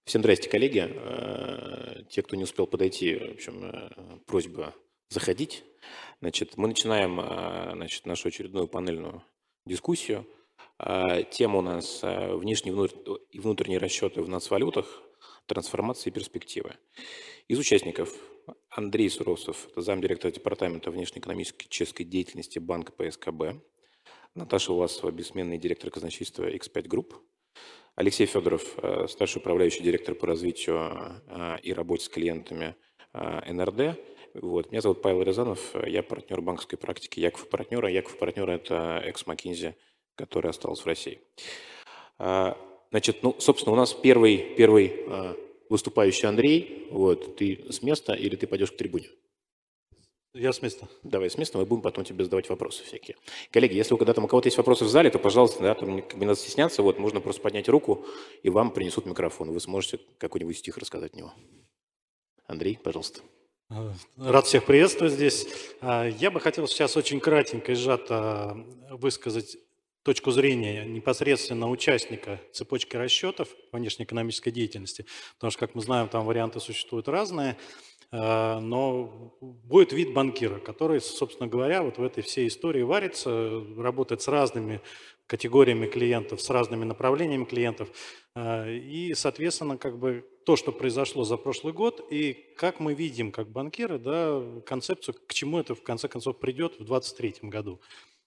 Всем здрасте, коллеги. Те, кто не успел подойти, в общем, просьба заходить. Значит, мы начинаем нашу очередную панельную дискуссию. Тема у нас внешние и внутренние расчеты в нацвалютах, трансформации и перспективы. Из участников Андрей Суросов, это замдиректора департамента внешнеэкономической чешской деятельности банка ПСКБ. Наташа Власова, бессменный директор казначейства X5 Group. Алексей Федоров, старший управляющий директор по развитию и работе с клиентами НРД. Вот. Меня зовут Павел Рязанов, я партнер банковской практики Яков партнера. Яков партнера – это экс-Маккинзи, который остался в России. Значит, собственно, у нас первый выступающий Андрей. Вот. Ты с места или ты пойдешь к трибуне? Я с места. Давай с места, мы будем потом тебе задавать вопросы всякие. Коллеги, если у кого-то есть вопросы в зале, то, пожалуйста, да, там не надо стесняться, вот, можно просто поднять руку, и вам принесут микрофон. Вы сможете какой-нибудь стих рассказать в него. Андрей, пожалуйста. Рад всех приветствовать здесь. Я бы хотел сейчас очень кратенько и сжато высказать точку зрения непосредственно участника цепочки расчетов внешнеэкономической деятельности, потому что, как мы знаем, там варианты существуют разные. Но будет вид банкира, который, собственно говоря, вот в этой всей истории варится, работает с разными категориями клиентов, с разными направлениями клиентов. И, соответственно, как бы то, что произошло за прошлый год, и как мы видим, как банкиры, да, концепцию, к чему это в конце концов придет в 2023 году.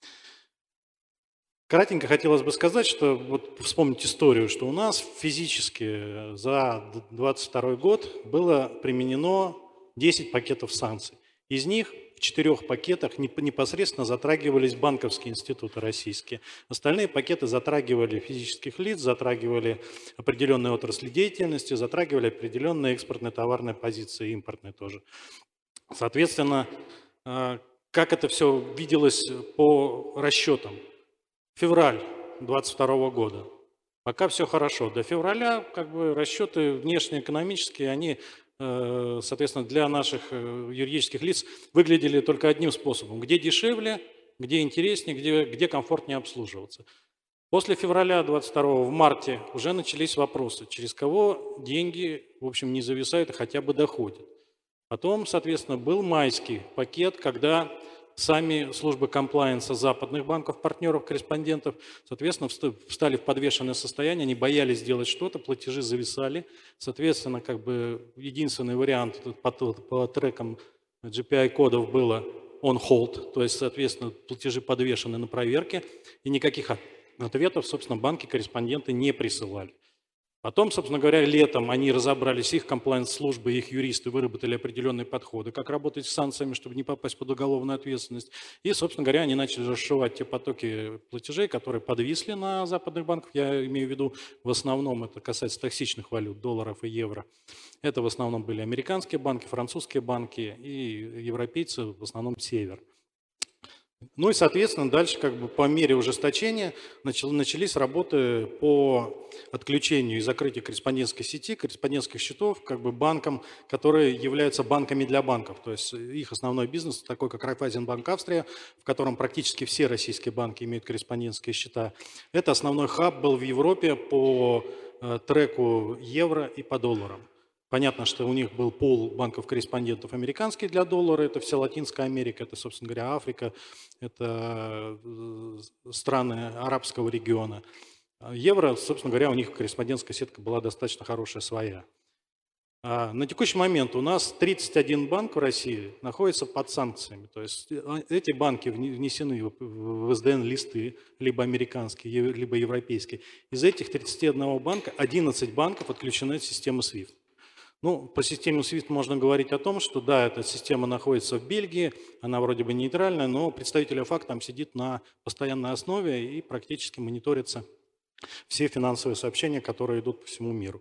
Кратенько хотелось бы сказать, что вот вспомнить историю, что у нас физически за 2022 год было применено 10 пакетов санкций. Из них в 4 пакетах непосредственно затрагивались банковские институты российские. Остальные пакеты затрагивали физических лиц, затрагивали определенные отрасли деятельности, затрагивали определенные экспортные товарные позиции, импортные тоже. Соответственно, как это все виделось по расчетам? Февраль 2022 года. Пока все хорошо. До февраля как бы расчеты внешнеэкономические, они, соответственно, для наших юридических лиц выглядели только одним способом. Где дешевле, где интереснее, где комфортнее обслуживаться. После февраля 22 в марте уже начались вопросы, через кого деньги, в общем, не зависают, а хотя бы доходят. Потом, соответственно, был майский пакет, когда сами службы комплаенса западных банков, партнеров, корреспондентов, соответственно, встали в подвешенное состояние, они боялись сделать что-то, платежи зависали. Соответственно, как бы единственный вариант по трекам GPI-кодов было on hold, то есть, соответственно, платежи подвешены на проверке, и никаких ответов, собственно, банки, корреспонденты не присылали. Потом, собственно говоря, летом они разобрались, их комплаенс-службы, их юристы выработали определенные подходы, как работать с санкциями, чтобы не попасть под уголовную ответственность. И, собственно говоря, они начали расшивать те потоки платежей, которые подвисли на западных банках. Я имею в виду, в основном это касается токсичных валют, долларов и евро. Это в основном были американские банки, французские банки и европейцы, в основном север. Ну и, соответственно, дальше как бы по мере ужесточения начались работы по отключению и закрытию корреспондентской сети, корреспондентских счетов как бы банкам, которые являются банками для банков. То есть их основной бизнес, такой как Райффайзенбанк Австрия, в котором практически все российские банки имеют корреспондентские счета. Это основной хаб был в Европе по треку евро и по долларам. Понятно, что у них был пул банков-корреспондентов американских для доллара, это вся Латинская Америка, это, собственно говоря, Африка, это страны арабского региона. Евро, собственно говоря, у них корреспондентская сетка была достаточно хорошая своя. На текущий момент у нас 31 банк в России находится под санкциями. То есть эти банки внесены в СДН-листы, либо американские, либо европейские. Из этих 31 банка 11 банков отключены от системы SWIFT. Ну, по системе SWIFT можно говорить о том, что да, эта система находится в Бельгии, она вроде бы нейтральная, но представитель ОФАК там сидит на постоянной основе и практически мониторятся все финансовые сообщения, которые идут по всему миру.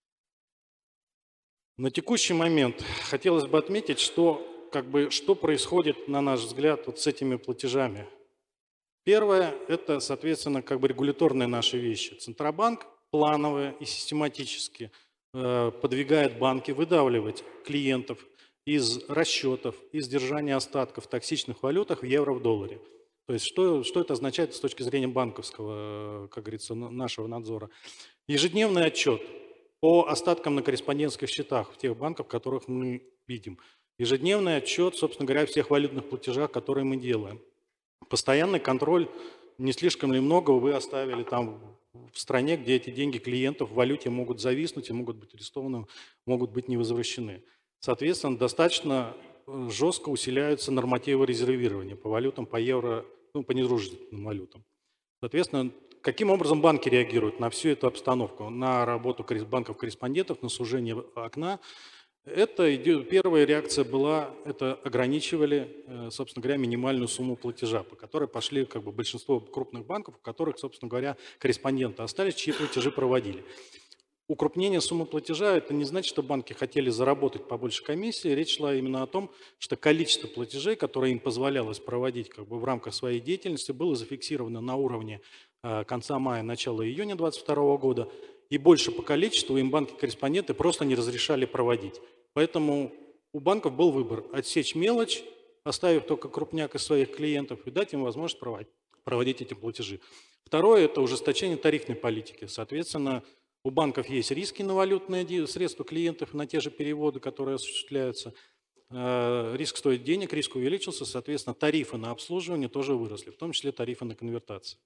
На текущий момент хотелось бы отметить, что происходит, на наш взгляд, вот с этими платежами. Первое – это, соответственно, регуляторные наши вещи. Центробанк плановые и систематически подвигает банки выдавливать клиентов из расчетов, из держания остатков в токсичных валютах в евро, в долларе. То есть что это означает с точки зрения банковского, как говорится, нашего надзора? Ежедневный отчет по остаткам на корреспондентских счетах в тех банках, которых мы видим. Ежедневный отчет, собственно говоря, о всех валютных платежах, которые мы делаем. Постоянный контроль, не слишком ли много вы оставили там в стране, где эти деньги клиентов в валюте могут зависнуть и могут быть арестованы, могут быть не возвращены. Соответственно, достаточно жестко усиляются нормативы резервирования по валютам, по евро, ну, по недружественным валютам. Соответственно, каким образом банки реагируют на всю эту обстановку, на работу банков-корреспондентов, на сужение окна? Первая реакция была, это ограничивали, собственно говоря, минимальную сумму платежа, по которой пошли как бы большинство крупных банков, у которых, собственно говоря, корреспонденты остались, чьи платежи проводили. Укрупнение суммы платежа – это не значит, что банки хотели заработать побольше комиссии. Речь шла именно о том, что количество платежей, которое им позволялось проводить как бы в рамках своей деятельности, было зафиксировано на уровне конца мая, начала июня 2022 года. И больше по количеству им банки-корреспонденты просто не разрешали проводить. Поэтому у банков был выбор – отсечь мелочь, оставив только крупняк из своих клиентов, и дать им возможность проводить эти платежи. Второе – это ужесточение тарифной политики. Соответственно, у банков есть риски на валютные средства клиентов, на те же переводы, которые осуществляются. Риск стоит денег, риск увеличился, соответственно, тарифы на обслуживание тоже выросли, в том числе тарифы на конвертацию.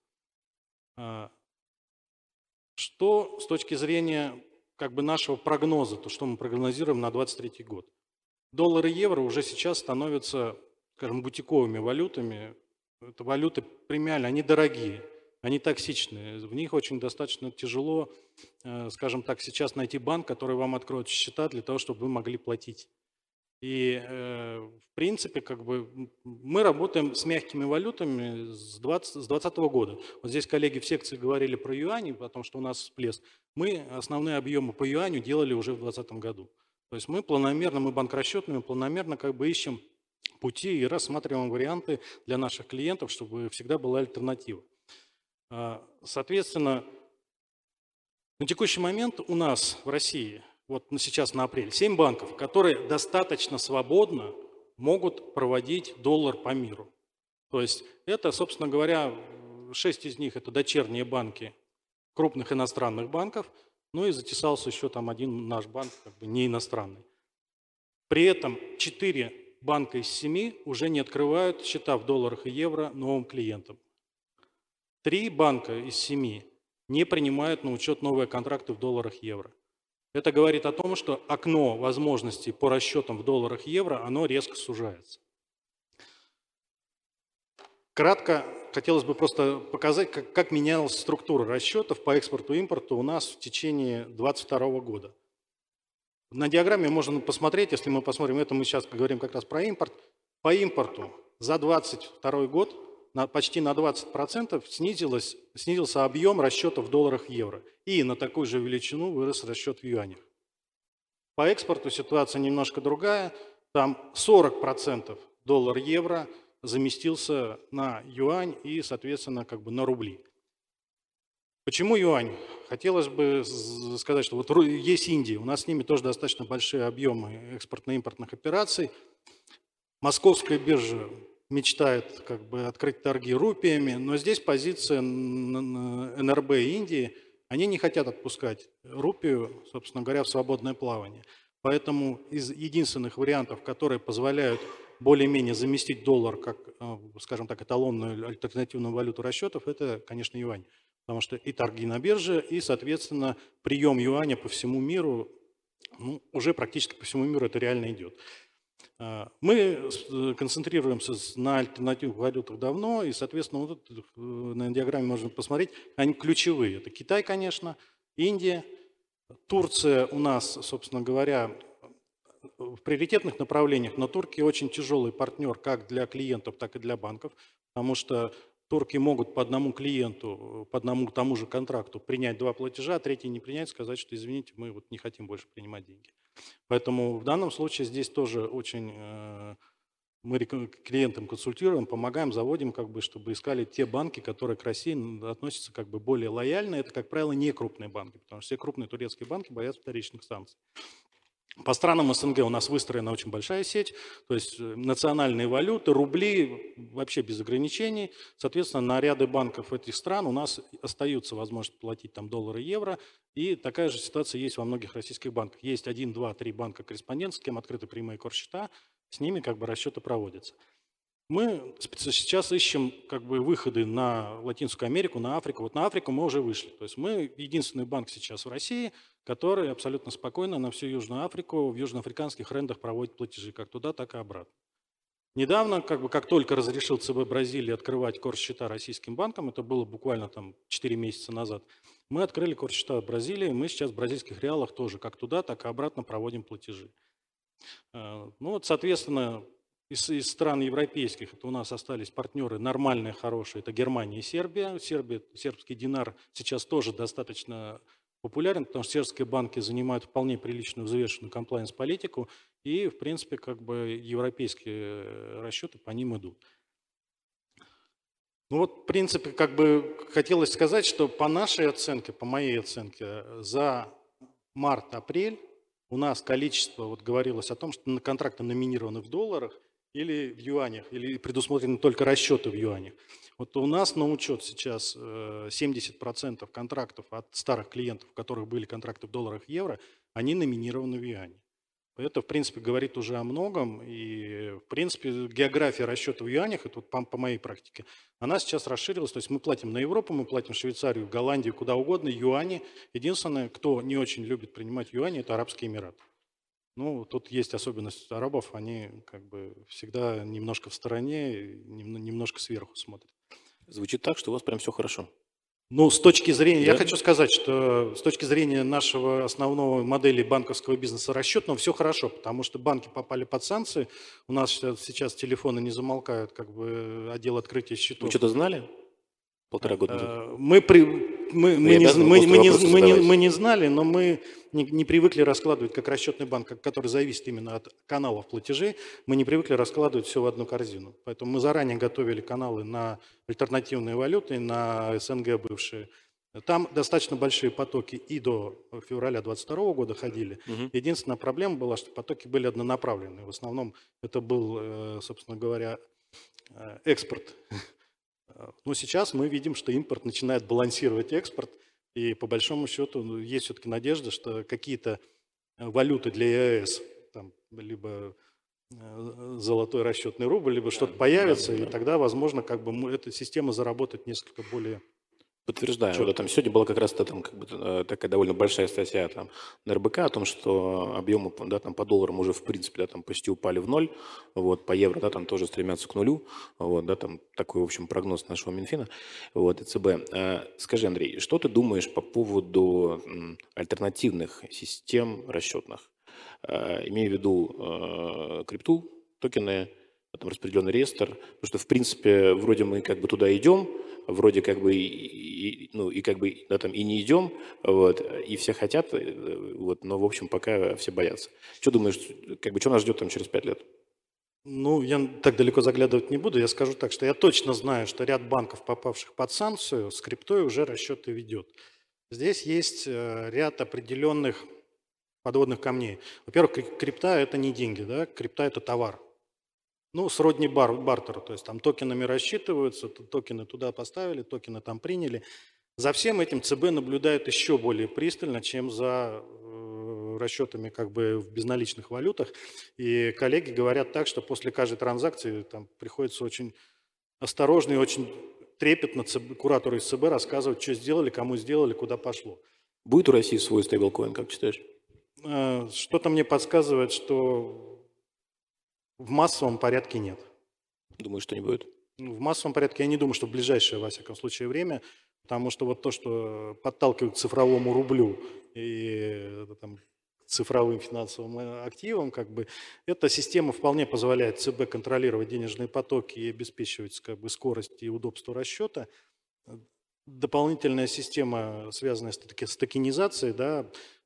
Что с точки зрения как бы нашего прогноза, то, что мы прогнозируем на 2023 год? Доллар и евро уже сейчас становятся, скажем, бутиковыми валютами. Это валюты премиальные, они дорогие, они токсичные. В них очень достаточно тяжело, скажем так, сейчас найти банк, который вам откроет счета для того, чтобы вы могли платить. И, в принципе, как бы мы работаем с мягкими валютами с 2020 года. Вот здесь коллеги в секции говорили про юани, потому что у нас всплеск. Мы основные объемы по юаню делали уже в 2020 году. То есть мы планомерно, мы банкрасчетными, планомерно как бы ищем пути и рассматриваем варианты для наших клиентов, чтобы всегда была альтернатива. Соответственно, на текущий момент у нас в России, вот сейчас на апрель, 7 банков, которые достаточно свободно могут проводить доллар по миру. То есть это, собственно говоря, 6 из них это дочерние банки крупных иностранных банков, ну и затесался еще там один наш банк, как бы не иностранный. При этом 4 банка из 7 уже не открывают счета в долларах и евро новым клиентам. 3 банка из 7 не принимают на учет новые контракты в долларах и евро. Это говорит о том, что окно возможностей по расчетам в долларах и евро, оно резко сужается. Кратко хотелось бы просто показать, как менялась структура расчетов по экспорту и импорту у нас в течение 2022 года. На диаграмме можно посмотреть, если мы посмотрим, это мы сейчас говорим как раз про импорт. По импорту за 2022 год почти на 20% снизился объем расчетов в долларах и евро. И на такую же величину вырос расчет в юанях. По экспорту ситуация немножко другая. Там 40% доллар-евро заместился на юань и, соответственно, как бы на рубли. Почему юань? Хотелось бы сказать, что вот есть Индия, у нас с ними тоже достаточно большие объемы экспортно-импортных операций. Московская биржа мечтает как бы открыть торги рупиями, но здесь позиция НРБ Индии, они не хотят отпускать рупию, собственно говоря, в свободное плавание. Поэтому из единственных вариантов, которые позволяют более-менее заместить доллар как, скажем так, эталонную альтернативную валюту расчетов, это, конечно, юань. Потому что и торги на бирже, и, соответственно, прием юаня по всему миру, ну, уже практически по всему миру это реально идет. Мы концентрируемся на альтернативных валютах давно, и, соответственно, вот тут на диаграмме можно посмотреть, они ключевые. Это Китай, конечно, Индия, Турция у нас, собственно говоря, в приоритетных направлениях, но турки очень тяжелый партнер как для клиентов, так и для банков, потому что турки могут по одному клиенту, по одному тому же контракту принять 2 платежа, а третий не принять, сказать, что извините, мы вот не хотим больше принимать деньги. Поэтому в данном случае здесь тоже очень мы клиентам консультируем, помогаем, заводим, как бы, чтобы искали те банки, которые к России относятся как бы более лояльно. Это, как правило, не крупные банки, потому что все крупные турецкие банки боятся вторичных санкций. По странам СНГ у нас выстроена очень большая сеть, то есть национальные валюты, рубли вообще без ограничений. Соответственно, на ряды банков этих стран у нас остаются возможность платить там доллары, евро. И такая же ситуация есть во многих российских банках. Есть 1, 2, 3 банка корреспондент, с кем открыты прямые корсчета, с ними как бы расчеты проводятся. Мы сейчас ищем как бы выходы на Латинскую Америку, на Африку. Вот на Африку мы уже вышли. То есть мы единственный банк сейчас в России, который абсолютно спокойно на всю Южную Африку в южноафриканских рендах проводит платежи как туда, так и обратно. Недавно, как только разрешил ЦБ Бразилии открывать корсчета российским банкам, это было буквально там 4 месяца назад, мы открыли корсчета в Бразилии, мы сейчас в бразильских реалах тоже как туда, так и обратно проводим платежи. Ну вот, соответственно, из стран европейских это у нас остались партнеры нормальные, хорошие. Это Германия и Сербия. Сербский динар сейчас тоже достаточно популярен, потому что сербские банки занимают вполне приличную, взвешенную комплайенс-политику. И, в принципе, как бы европейские расчеты по ним идут. Ну вот, в принципе, как бы хотелось сказать, что по нашей оценке, по моей оценке, за март-апрель у нас количество, вот говорилось о том, что контракты номинированы в долларах или в юанях, или предусмотрены только расчеты в юанях. Вот у нас на учет сейчас 70% контрактов от старых клиентов, у которых были контракты в долларах и евро, они номинированы в юане. Это, в принципе, говорит уже о многом. И, в принципе, география расчета в юанях, это вот по моей практике, она сейчас расширилась. То есть мы платим на Европу, мы платим в Швейцарию, в Голландию, куда угодно, юани. Единственное, кто не очень любит принимать юани, это Арабские Эмираты. Ну, тут есть особенность арабов, они как бы всегда немножко в стороне, немножко сверху смотрят. Звучит так, что у вас прям все хорошо. Ну, с точки зрения, Да? я хочу сказать, что с точки зрения нашего основного модели банковского бизнеса расчетного все хорошо, потому что банки попали под санкции. У нас сейчас телефоны не замолкают, как бы отдел открытия Вы счетов. что-то знали 1,5 года назад? Мы не знали, но мы не привыкли раскладывать как расчетный банк, который зависит именно от каналов платежей, мы не привыкли раскладывать все в одну корзину. Поэтому мы заранее готовили каналы на альтернативные валюты, на СНГ бывшие. Там достаточно большие потоки и до февраля 2022 года ходили. Мгм. Единственная проблема была, что потоки были однонаправленные. В основном это был, собственно говоря, экспорт. Но сейчас мы видим, что импорт начинает балансировать экспорт, и по большому счету есть все-таки надежда, что какие-то валюты для ЕАЭС, там, либо золотой расчетный рубль, либо что-то появится, и тогда, возможно, как бы эта система заработает несколько более... Подтверждаю. Чётко. Вот там сегодня была как раз там как бы такая довольно большая статья там на РБК о том, что объемы да, там, по долларам уже в принципе да, там почти упали в ноль, вот, по евро да, там тоже стремятся к нулю, вот, да, там такой, в общем, прогноз нашего Минфина, вот, и ЦБ. Скажи, Андрей, что ты думаешь по поводу альтернативных систем расчетных? Имею в виду крипту, токены, там распределенный реестр, потому что, в принципе, вроде мы как бы туда идем, вроде как бы ну, и как бы да, там, и не идем, вот, и все хотят, вот, но, в общем, пока все боятся. Что думаешь, как бы, что нас ждет там через 5 лет? Ну, я так далеко заглядывать не буду. Я скажу так, что я точно знаю, что ряд банков, попавших под санкцию, с криптой уже расчеты ведет. Здесь есть ряд определенных подводных камней. Во-первых, крипта – это не деньги, да? Крипта – это товар. Ну, сродни бартеру, то есть там токенами рассчитываются, токены туда поставили, токены там приняли. За всем этим ЦБ наблюдает еще более пристально, чем за расчетами как бы в безналичных валютах. И коллеги говорят так, что после каждой транзакции там приходится очень осторожно и очень трепетно куратору из ЦБ рассказывать, что сделали, кому сделали, куда пошло. Будет у России свой стейблкоин, как считаешь? Что-то мне подсказывает, что в массовом порядке нет. Думаю, что не будет. В массовом порядке я не думаю, что в ближайшее, во всяком случае, время, потому что вот то, что подталкивает к цифровому рублю и там, к цифровым финансовым активам, как бы, эта система вполне позволяет ЦБ контролировать денежные потоки и обеспечивать как бы, скорость и удобство расчета. Дополнительная система, связанная с токенизацией, да,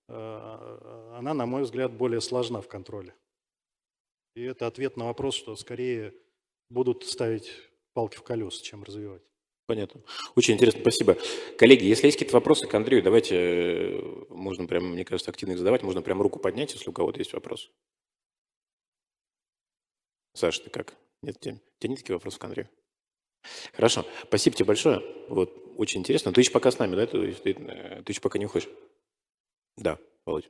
она, на мой взгляд, более сложна в контроле. И это ответ на вопрос, что скорее будут ставить палки в колеса, чем развивать. Понятно. Очень интересно, спасибо. Коллеги, если есть какие-то вопросы к Андрею, давайте, можно прям, мне кажется, активно их задавать, можно прям руку поднять, если у кого-то есть вопрос. Саша, ты как? Нет, у тебя нет таких вопросов к Андрею? Хорошо, спасибо тебе большое. Вот, очень интересно. Ты еще пока с нами, да? Ты еще пока не уходишь? Да, Володь.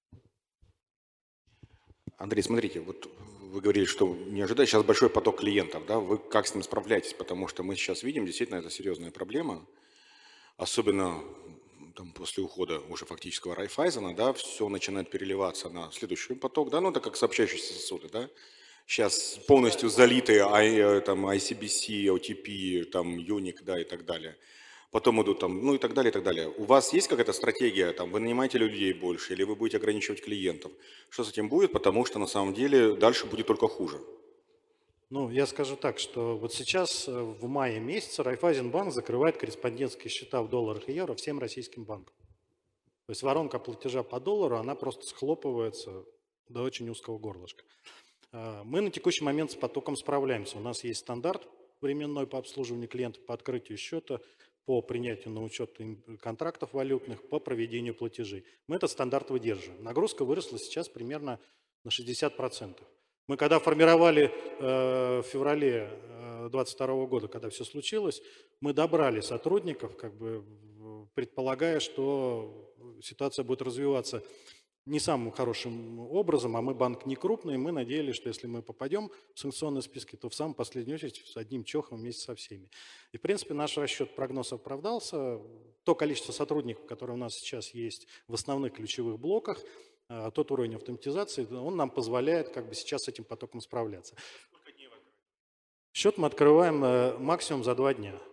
Андрей, смотрите, вот вы говорили, что не ожидайте сейчас большой поток клиентов, да? Вы как с ним справляетесь? Потому что мы сейчас видим, действительно, это серьезная проблема, особенно там, после ухода уже фактического Райфайзена, да, все начинает переливаться на следующий поток, да, ну это как сообщающиеся сосуды, да. Сейчас полностью залитые там, ICBC, OTP, там, Unic, да, и так далее. Потом идут там, ну и так далее, и так далее. У вас есть какая-то стратегия, там, вы нанимаете людей больше, или вы будете ограничивать клиентов? Что с этим будет? Потому что на самом деле дальше будет только хуже. Ну, я скажу так, что вот сейчас в мае месяце Райффайзенбанк закрывает корреспондентские счета в долларах и евро всем российским банкам. То есть воронка платежа по доллару, она просто схлопывается до очень узкого горлышка. Мы на текущий момент с потоком справляемся. У нас есть стандарт временной по обслуживанию клиентов, по открытию счета, по принятию на учет контрактов валютных, по проведению платежей. Мы этот стандарт выдерживаем. Нагрузка выросла сейчас примерно на 60%. Мы когда формировали в феврале 2022 года, когда все случилось, мы добрали сотрудников, как бы предполагая, что ситуация будет развиваться не самым хорошим образом, а мы банк не крупный, мы надеялись, что если мы попадем в санкционные списки, то в самую последнюю очередь с одним чохом вместе со всеми. И, в принципе, наш расчет прогноз оправдался. То количество сотрудников, которые у нас сейчас есть в основных ключевых блоках, тот уровень автоматизации, он нам позволяет как бы сейчас с этим потоком справляться. Счет мы открываем максимум за 2 дня.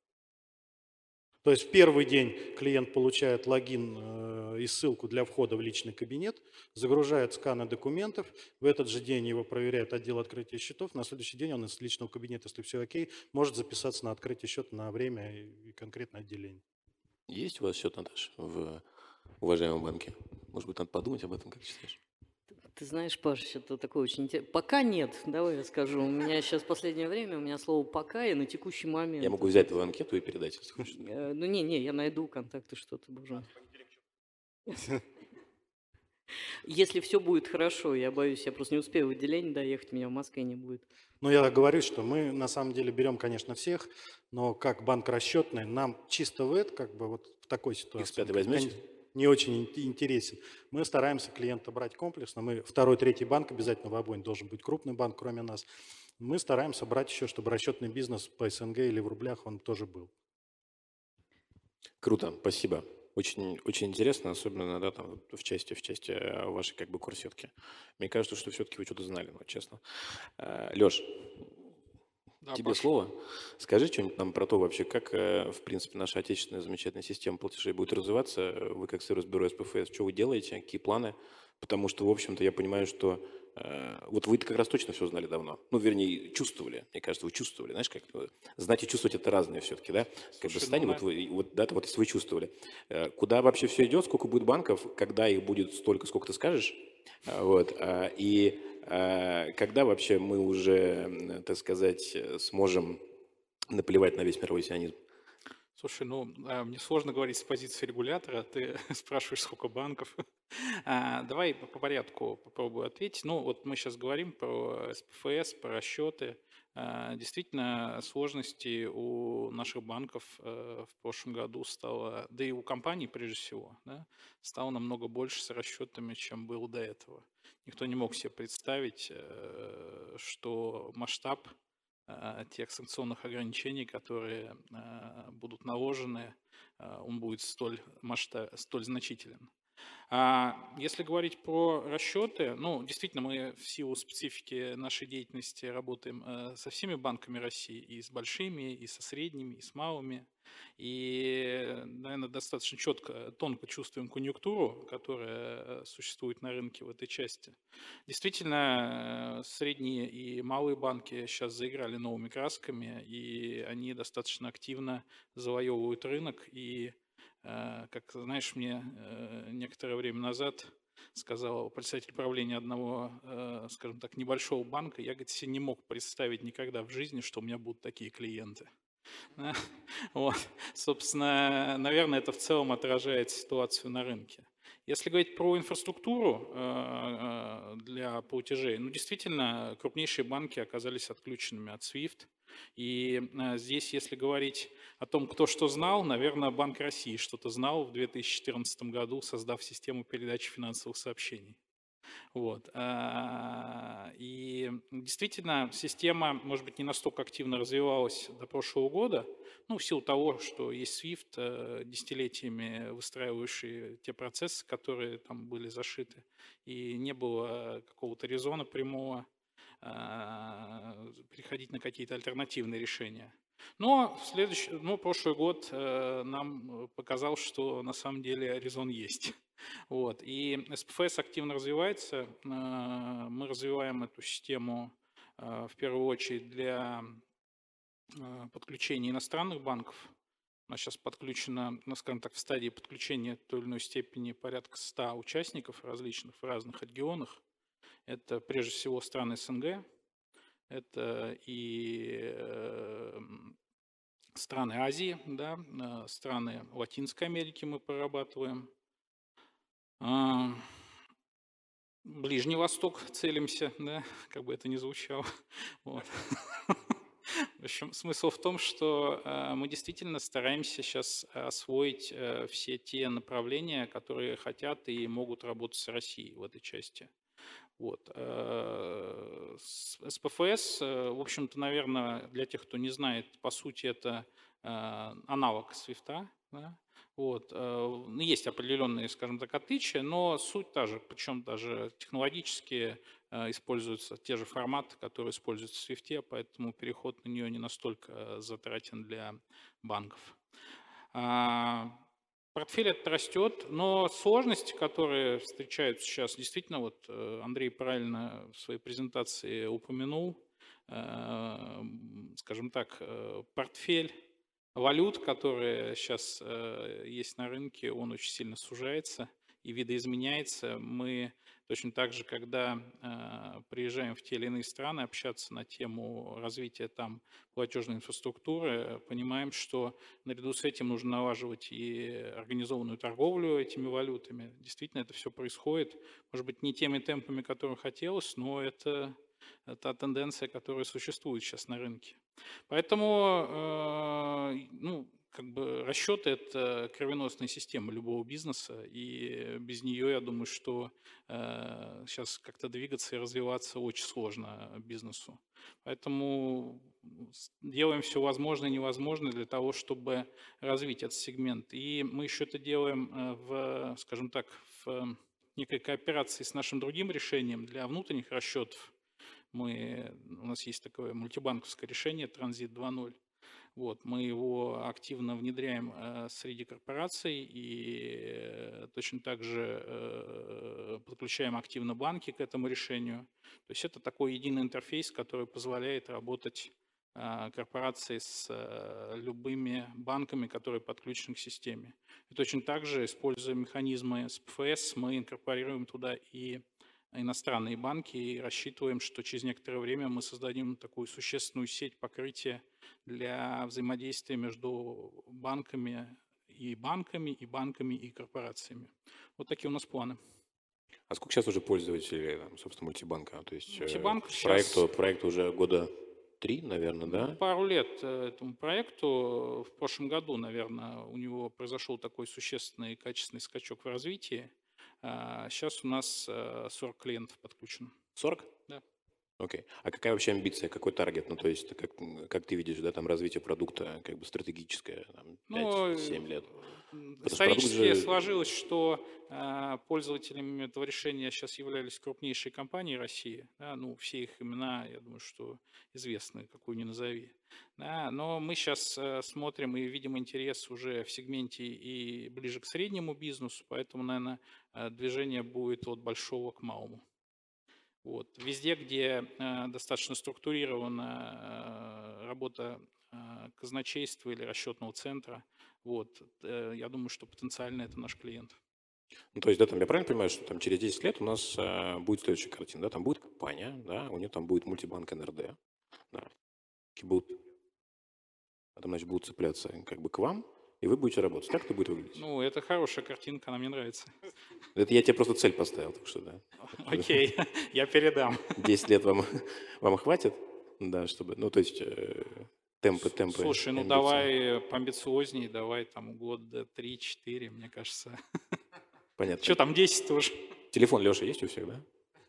То есть в первый день клиент получает логин и ссылку для входа в личный кабинет, загружает сканы документов, в этот же день его проверяет отдел открытия счетов, на следующий день он из личного кабинета, если все окей, может записаться на открытие счета на время и конкретное отделение. Есть у вас счет, Наташа, в уважаемом банке? Может быть, надо подумать об этом, как считаешь? Ты знаешь, Паш, это такое очень интересно. Пока нет, давай я скажу. У меня сейчас в последнее время, у меня слово «пока» и на текущий момент. Я могу взять твою анкету и передать, если хочешь. Ну не, я найду контакты, что-то, боже мой. Если все будет хорошо, я боюсь, я просто не успею в отделение доехать, меня в Москве не будет. Но я говорю, что мы на самом деле берем, конечно, всех, но как банк расчетный, нам чисто в это, как бы вот в такой ситуации, X5 возьмете? не очень интересен. Мы стараемся клиента брать комплексно. Мы второй, третий банк обязательно в обоим должен быть крупный банк, кроме нас. Мы стараемся брать еще, чтобы расчетный бизнес по СНГ или в рублях он тоже был. Круто, спасибо. Очень, очень интересно, особенно да, там, в части вашей как бы курсетки. Мне кажется, что все-таки вы что-то знали, ну, честно. Леш, Да, тебе Паш. слово. Скажи что-нибудь нам про то вообще, как, в принципе, наша отечественная замечательная система платежей будет развиваться. Вы как сервис-бюро СПФС, что вы делаете, какие планы? Потому что, в общем-то, я понимаю, что вот вы как раз точно все знали давно. Ну, вернее, чувствовали. Мне кажется, вы чувствовали. Знаешь, как знать и чувствовать это разные все-таки, да? Как бы Слушай, состояние, вот вы, вот, да, вот если вы чувствовали. Куда вообще все идет, сколько будет банков, когда их будет столько, сколько ты скажешь, вот, и когда вообще мы уже, так сказать, сможем наплевать на весь мировой сионизм? Слушай, ну, мне сложно говорить с позиции регулятора, ты спрашиваешь, сколько банков. Давай по порядку попробую ответить. Ну, вот мы сейчас говорим про СПФС, про расчеты. Действительно, сложностей у наших банков в прошлом году стало, да и у компаний прежде всего, да, стало намного больше с расчетами, чем было до этого. Никто не мог себе представить, что масштаб тех санкционных ограничений, которые будут наложены, он будет столь значителен. Если говорить про расчеты, ну, действительно, мы в силу специфики нашей деятельности работаем со всеми банками России, и с большими, и со средними, и с малыми. И, наверное, достаточно четко, тонко чувствуем конъюнктуру, которая существует на рынке в этой части. Действительно, средние и малые банки сейчас заиграли новыми красками, и они достаточно активно завоевывают рынок. И, как знаешь, мне некоторое время назад сказал председатель правления одного, скажем так, небольшого банка, я, говорит, себе не мог представить никогда в жизни, что у меня будут такие клиенты. Да. Вот. Собственно, наверное, это в целом отражает ситуацию на рынке. Если говорить про инфраструктуру для платежей, ну, действительно, крупнейшие банки оказались отключенными от SWIFT. И здесь, если говорить о том, кто что знал, наверное, Банк России что-то знал в 2014 году, создав систему передачи финансовых сообщений. Вот. И действительно, система, может быть, не настолько активно развивалась до прошлого года, ну, в силу того, что есть SWIFT, десятилетиями выстраивающие те процессы, которые там были зашиты, и не было какого-то резона прямого переходить на какие-то альтернативные решения. Но прошлый год нам показал, что на самом деле резон есть. Вот. И СПФС активно развивается. Мы развиваем эту систему в первую очередь для подключения иностранных банков. У нас сейчас подключено, ну, скажем так, в стадии подключения в той или иной степени порядка 100 участников различных в разных регионах. Это прежде всего страны СНГ, это и страны Азии, да, страны Латинской Америки мы прорабатываем. Ближний Восток целимся, да, как бы это ни звучало. Вот. В общем, смысл в том, что мы действительно стараемся сейчас освоить все те направления, которые хотят и могут работать с Россией в этой части. Вот. СПФС, в общем-то, наверное, для тех, кто не знает, по сути, это аналог SWIFT. Да? Вот. Есть определенные, скажем так, отличия, но суть та же, причем даже технологически используются те же форматы, которые используются в SWIFT, поэтому переход на нее не настолько затратен для банков. Портфель этот растет, но сложности, которые встречаются сейчас, действительно, вот Андрей правильно в своей презентации упомянул, скажем так, портфель валют, которые сейчас есть на рынке, он очень сильно сужается и видоизменяется. Мы точно так же, когда приезжаем в те или иные страны общаться на тему развития там платежной инфраструктуры, понимаем, что наряду с этим нужно налаживать и организованную торговлю этими валютами. Действительно, это все происходит, может быть, не теми темпами, которым хотелось, но это та тенденция, которая существует сейчас на рынке. Поэтому, расчеты – это кровеносная система любого бизнеса, и без нее, я думаю, что сейчас как-то двигаться и развиваться очень сложно бизнесу. Поэтому делаем все возможное и невозможное для того, чтобы развить этот сегмент. И мы еще это делаем в некой кооперации с нашим другим решением для внутренних расчетов. У нас есть такое мультибанковское решение Транзит 2.0. Вот, мы его активно внедряем среди корпораций и точно так же подключаем активно банки к этому решению. То есть это такой единый интерфейс, который позволяет работать корпорации с любыми банками, которые подключены к системе. И точно так же, используя механизмы СПФС, мы инкорпорируем туда и иностранные банки и рассчитываем, что через некоторое время мы создадим такую существенную сеть покрытия для взаимодействия между банками, и корпорациями. Вот такие у нас планы. А сколько сейчас уже пользователей, собственно, мультибанка? То есть Мультибанк проекту уже года 3, наверное, да? Пару лет этому проекту. В прошлом году, наверное, у него произошел такой существенный качественный скачок в развитии. Сейчас у нас 40 клиентов подключено. 40? Да. Окей. А какая вообще амбиция, какой таргет? Ну, то есть, как ты видишь, да, там развитие продукта как бы стратегическое, 5-7 лет? Исторически сложилось, что пользователями этого решения сейчас являлись крупнейшие компании России. Да, все их имена, я думаю, что известны, какую ни назови. Да, но мы сейчас смотрим и видим интерес уже в сегменте и ближе к среднему бизнесу, поэтому, наверное, движение будет от большого к малому. Вот. Везде, где достаточно структурирована работа казначейства или расчетного центра, я думаю, что потенциально это наш клиент. Ну, то есть, да, там я правильно понимаю, что там через 10 лет у нас будет следующая картина, да, там будет компания, да, у нее там будет мультибанк НРД, да, будут потом, значит, будут цепляться как бы к вам, и вы будете работать. Так это будет выглядеть? Ну, это хорошая картинка, она мне нравится. Это я тебе просто цель поставил, так что да. Окей, я передам. 10 лет вам хватит, да, чтобы, ну, то есть темпы. Слушай, ну амбиции. давай поамбициознее, давай там года 3-4, мне кажется. Понятно. Что там 10 тоже? Телефон, Леша, есть у всех, да?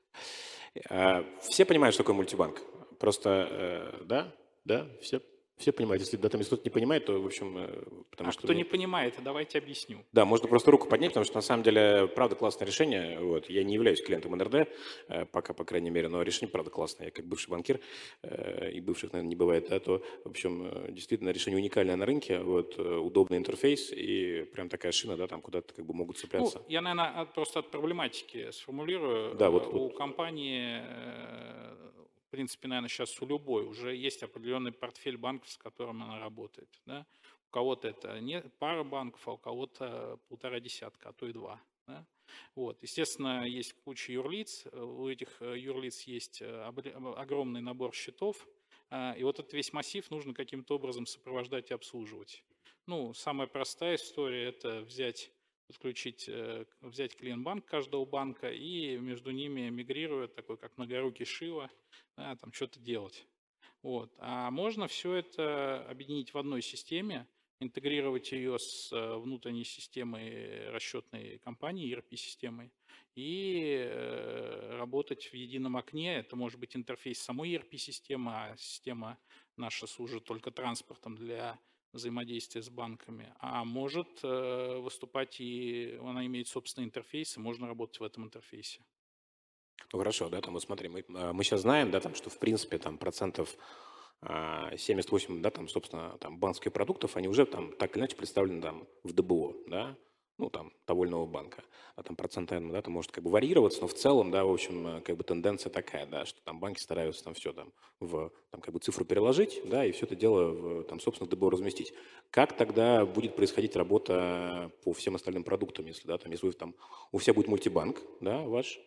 Все понимают, что такое мультибанк. Просто, да, все понимают. Если кто-то не понимает, то, в общем, потому А что... кто не понимает, давайте объясню. Да, можно просто руку поднять, потому что на самом деле, правда, классное решение. Вот. Я не являюсь клиентом НРД, пока, по крайней мере, но решение, правда, классное. Я как бывший банкир, и бывших, наверное, не бывает, да, то, в общем, действительно, решение уникальное на рынке, вот, удобный интерфейс и прям такая шина, да, там куда-то как бы могут Ну, цепляться. я, наверное, просто от проблематики сформулирую. Да, вот. У компании, в принципе, наверное, сейчас у любой уже есть определенный портфель банков, с которым она работает. Да? У кого-то это не пара банков, а у кого-то 1,5 десятка, а то и 2. Да? Вот. Естественно, есть куча юрлиц. У этих юрлиц есть огромный набор счетов. И вот этот весь массив нужно каким-то образом сопровождать и обслуживать. Ну, самая простая история – это взять клиент-банк каждого банка и между ними, мигрируя, такой как многорукий Шива, да, там что-то делать. Вот. А можно все это объединить в одной системе, интегрировать ее с внутренней системой расчетной компании, ERP-системой, и работать в едином окне. Это может быть интерфейс самой ERP-системы, а система наша служит только транспортом для взаимодействия с банками. А может выступать и она имеет собственный интерфейс, и можно работать в этом интерфейсе. Ну хорошо, да, там вот смотри, мы сейчас знаем, да, там, что в принципе там процентов 78, да, там, собственно, там банковских продуктов, они уже там так или иначе представлены там в ДБО, да, ну там того или иного банка. А там процент, наверное, да, там может как бы варьироваться, но в целом, да, в общем, как бы тенденция такая, да, что там банки стараются там все там в там как бы цифру переложить, да, и все это дело в там, собственно, ДБО разместить. Как тогда будет происходить работа по всем остальным продуктам, если, да, там, если вы там, у всех будет мультибанк, да, ваш,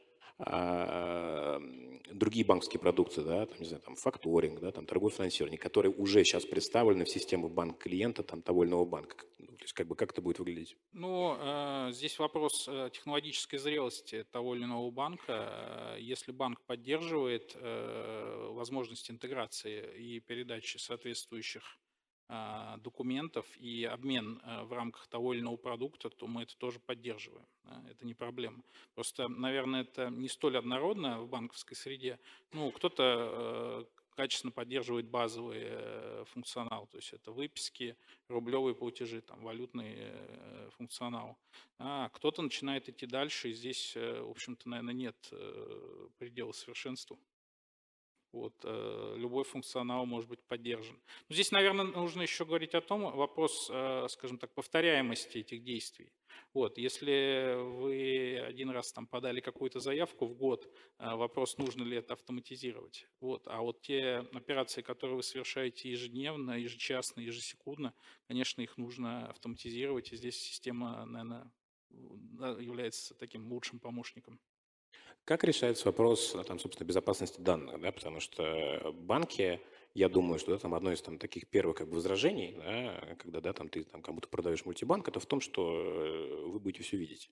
другие банковские продукты, да, там, не знаю, там, факторинг, да, там, торговое финансирование, которые уже сейчас представлены в систему банк-клиента там, того или иного банка. То есть, как бы, как это будет выглядеть? Ну, здесь вопрос технологической зрелости того или иного банка. Если банк поддерживает возможность интеграции и передачи соответствующих документов и обмен в рамках того или иного продукта, то мы это тоже поддерживаем. Да, это не проблема. Просто, наверное, это не столь однородно в банковской среде. Ну, кто-то качественно поддерживает базовый функционал, то есть это выписки, рублевые платежи, там, валютный функционал. А кто-то начинает идти дальше, и здесь, в общем-то, наверное, нет предела совершенству. Вот, любой функционал может быть поддержан. Но здесь, наверное, нужно еще говорить о том, вопрос, скажем так, повторяемости этих действий. Вот, если вы один раз там подали какую-то заявку в год, вопрос, нужно ли это автоматизировать. Вот, а вот те операции, которые вы совершаете ежедневно, ежечасно, ежесекундно, конечно, их нужно автоматизировать, и здесь система, наверное, является таким лучшим помощником. Как решается вопрос, там, собственно, безопасности данных, да, потому что банки, я думаю, что да, там одно из там, таких первых как бы, возражений, да, когда да, там, ты там, кому-то продаешь мультибанк, это в том, что вы будете все видеть.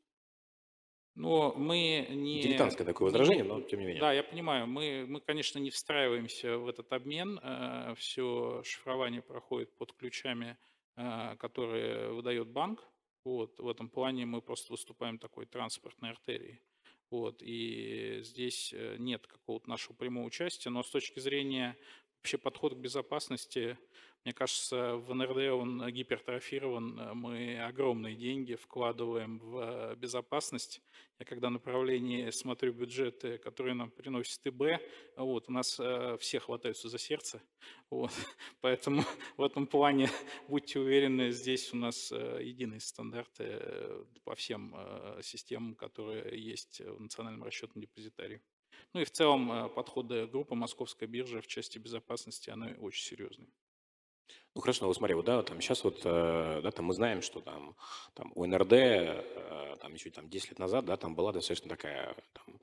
Но мы не... Дилетантское такое возражение, но тем не менее. Да, я понимаю. Мы, конечно, не встраиваемся в этот обмен. Все шифрование проходит под ключами, которые выдает банк. Вот. В этом плане мы просто выступаем такой транспортной артерией. Вот. И здесь нет какого-то нашего прямого участия. Но с точки зрения вообще подхода к безопасности, мне кажется, в НРД он гипертрофирован. Мы огромные деньги вкладываем в безопасность. Я когда направление смотрю бюджеты, которые нам приносит ИБ, вот, у нас все хватаются за сердце. Вот. Поэтому в этом плане, будьте уверены, здесь у нас единые стандарты по всем системам, которые есть в Национальном расчетном депозитарии. Ну и в целом подходы группы Московской биржи в части безопасности, они очень серьезные. Ну хорошо, ну вот смотри, вот, да, там сейчас вот, да, там мы знаем, что там у НРД, там еще там 10 лет назад, да, там была достаточно такая там,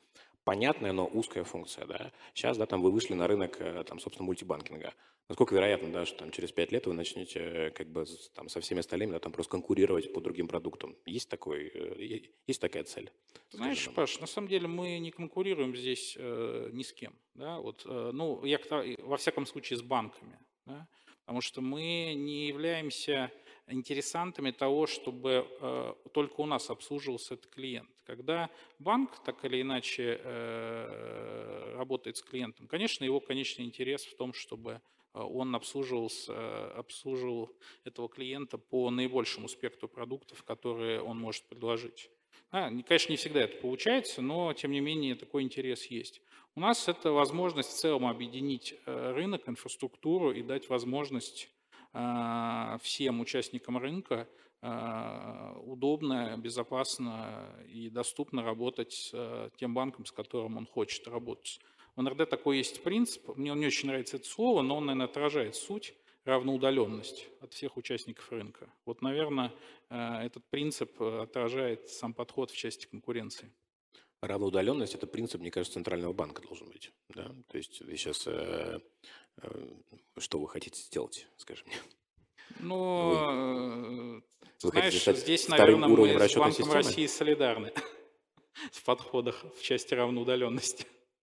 понятная, но узкая функция, да. Сейчас, да, там вы вышли на рынок, там, собственно, мультибанкинга. Насколько вероятно, да, что там через 5 лет вы начнете как бы там со всеми остальными, да, там просто конкурировать по другим продуктам? Есть есть такая цель? Знаешь, Скажем, Паш, на самом деле мы не конкурируем здесь ни с кем. Да? Вот, ну, во всяком случае с банками. Да? Потому что мы не являемся интересантами того, чтобы только у нас обслуживался этот клиент. Когда банк так или иначе работает с клиентом, конечно, его конечный интерес в том, чтобы он обслуживал этого клиента по наибольшему спектру продуктов, которые он может предложить. Конечно, не всегда это получается, но тем не менее такой интерес есть. У нас это возможность в целом объединить рынок, инфраструктуру и дать возможность всем участникам рынка удобно, безопасно и доступно работать с тем банком, с которым он хочет работать. В НРД такой есть принцип, мне он не очень нравится это слово, но он, наверное, отражает суть, равноудаленность от всех участников рынка. Вот, наверное, этот принцип отражает сам подход в части конкуренции. равноудаленность – это принцип, мне кажется, центрального банка должен быть. Да? То есть вы сейчас, что вы хотите сделать, скажи мне? Ну, Вы хотите знаешь, стать здесь, вторым наверное, уровнем мы с расчетной Банком системы? России солидарны в подходах в части равноудаленности.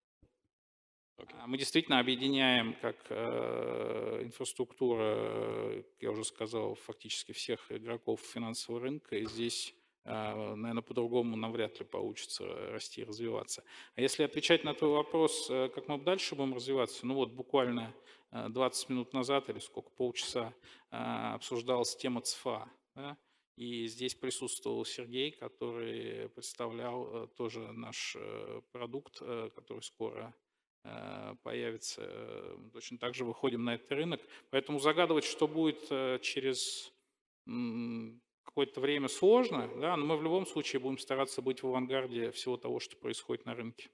Мы действительно объединяем как инфраструктура, я уже сказал, фактически всех игроков финансового рынка, и здесь, наверное, по-другому нам вряд ли получится расти и развиваться. А если отвечать на твой вопрос, как мы дальше будем развиваться, ну вот буквально 20 минут назад или сколько, полчаса обсуждалась тема ЦФА, да? И здесь присутствовал Сергей, который представлял тоже наш продукт, который скоро появится. Точно так же выходим на этот рынок. Поэтому загадывать, что будет через какое-то время, сложно, да, но мы в любом случае будем стараться быть в авангарде всего того, что происходит на рынке.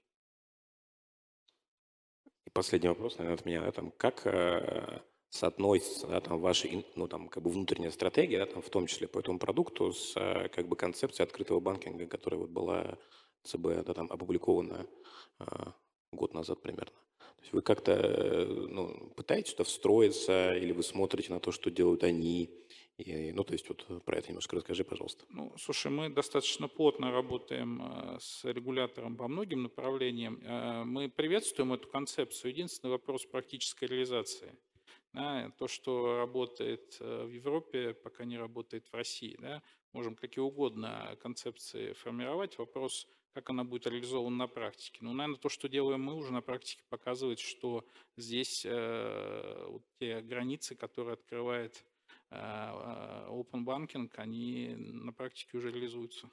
И последний вопрос, наверное, от меня. Да, там, как соотносится, да, там, ваша ну, там, как бы внутренняя стратегия, да, там, в том числе по этому продукту, с как бы концепцией открытого банкинга, которая вот была ЦБ, да, там, опубликована год назад примерно? То есть вы как-то ну, пытаетесь туда встроиться, или вы смотрите на то, что делают они? Ну, то есть вот про это немножко расскажи, пожалуйста. Ну, слушай, мы достаточно плотно работаем с регулятором по многим направлениям. Мы приветствуем эту концепцию. Единственный вопрос практической реализации. Да, то, что работает в Европе, пока не работает в России. Да. Можем какие угодно концепции формировать. Вопрос, как она будет реализована на практике. Ну, наверное, то, что делаем мы, уже на практике показывает, что здесь вот те границы, которые открывает Open Banking, они на практике уже реализуются.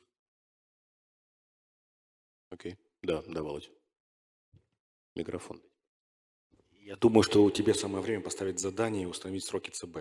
Окей. Да, Володь. Микрофон. Я думаю, что тебе самое время поставить задание и установить сроки ЦБ.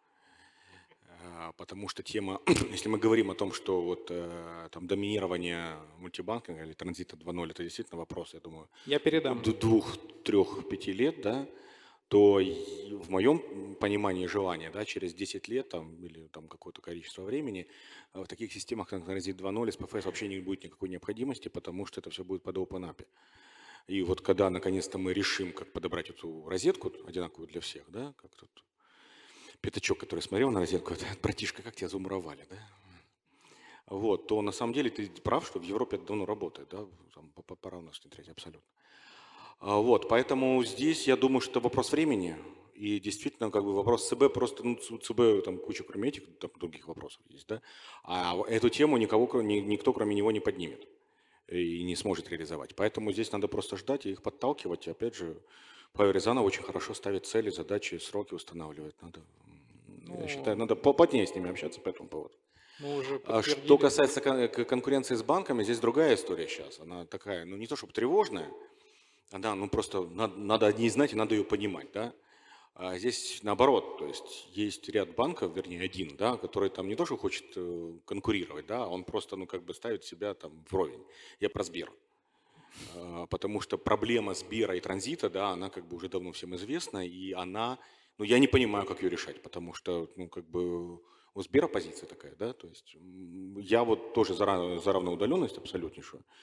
Потому что тема, если мы говорим о том, что вот там доминирование мультибанкинга или транзита 2.0, это действительно вопрос, я думаю, Я передам. 2, 3, 5 лет, да, то в моем понимании желания, да, через 10 лет там, или там какое-то количество времени в таких системах, как Транзит 2.0, СПФС вообще не будет никакой необходимости, потому что это все будет под OpenAPI. И вот когда наконец-то мы решим, как подобрать эту розетку, одинаковую для всех, да, как тут пятачок, который смотрел на розетку, это братишка, как тебя замуровали, да? Вот, то на самом деле ты прав, что в Европе это давно работает, да, там пора у нас внедрять абсолютно. Вот, поэтому здесь я думаю, что вопрос времени, и действительно как бы вопрос ЦБ, просто ну, ЦБ там куча кроме этих, там других вопросов есть, да, а эту тему никто кроме него не поднимет и не сможет реализовать. Поэтому здесь надо просто ждать и их подталкивать, и опять же, Павел Рязанов очень хорошо ставит цели, задачи, сроки устанавливает. Я считаю, надо поплотнее с ними общаться по этому поводу. Что касается конкуренции с банками, здесь другая история сейчас. Она такая, ну не то чтобы тревожная, она, ну просто надо о ней знать и надо ее понимать, да. А здесь наоборот, то есть есть ряд банков, вернее один, да, который там не то, что хочет конкурировать, да, он просто, ну как бы ставит себя там вровень. Я про Сбер. Потому что проблема Сбера и транзита, да, она как бы уже давно всем известна, и она, ну я не понимаю, как ее решать, потому что, ну как бы у Сбера позиция такая, да, то есть я вот тоже за равноудаленность абсолютнейшую,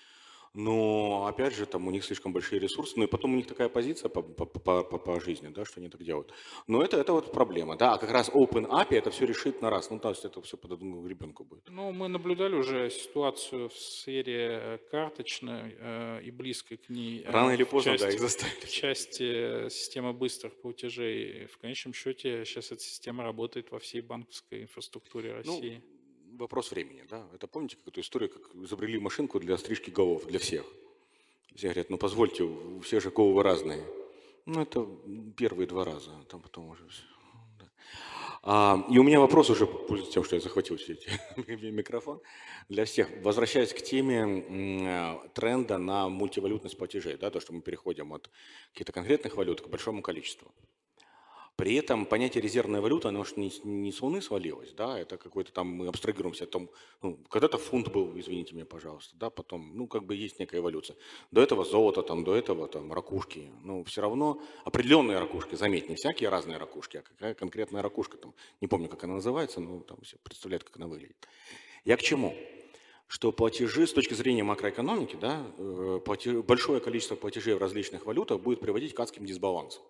Но, опять же, там у них слишком большие ресурсы, ну и потом у них такая позиция по жизни, да, что они так делают. Но это вот проблема, да, а как раз Open API это все решит на раз, ну то есть это все под одну гребенку будет. Ну, мы наблюдали уже ситуацию в сфере карточной и близкой к ней Рано или в поздно, да, части, их заставили. в части системы быстрых платежей. В конечном счете сейчас эта система работает во всей банковской инфраструктуре России. Ну, вопрос времени, да. Это помните какую-то историю, как изобрели машинку для стрижки голов для всех? Все говорят, ну позвольте, у всех же головы разные. Ну, это первые 2 раза, там потом уже все. И у меня вопрос уже, пользуясь тем, что я захватил микрофон, для всех. Возвращаясь к теме тренда на мультивалютность платежей, да, то, что мы переходим от каких-то конкретных валют к большому количеству. При этом понятие резервная валюта, оно же не с Луны свалилось, да, это какой-то там, мы абстрагируемся от того, ну, когда-то фунт был, извините меня, пожалуйста, да, потом, ну, как бы есть некая эволюция. До этого золото, там, до этого там ракушки, ну, все равно определенные ракушки, заметь, не всякие разные ракушки, а какая конкретная ракушка там, не помню, как она называется, но там все представляют, как она выглядит. Я к чему? Что платежи с точки зрения макроэкономики, да, большое количество платежей в различных валютах будет приводить к адским дисбалансам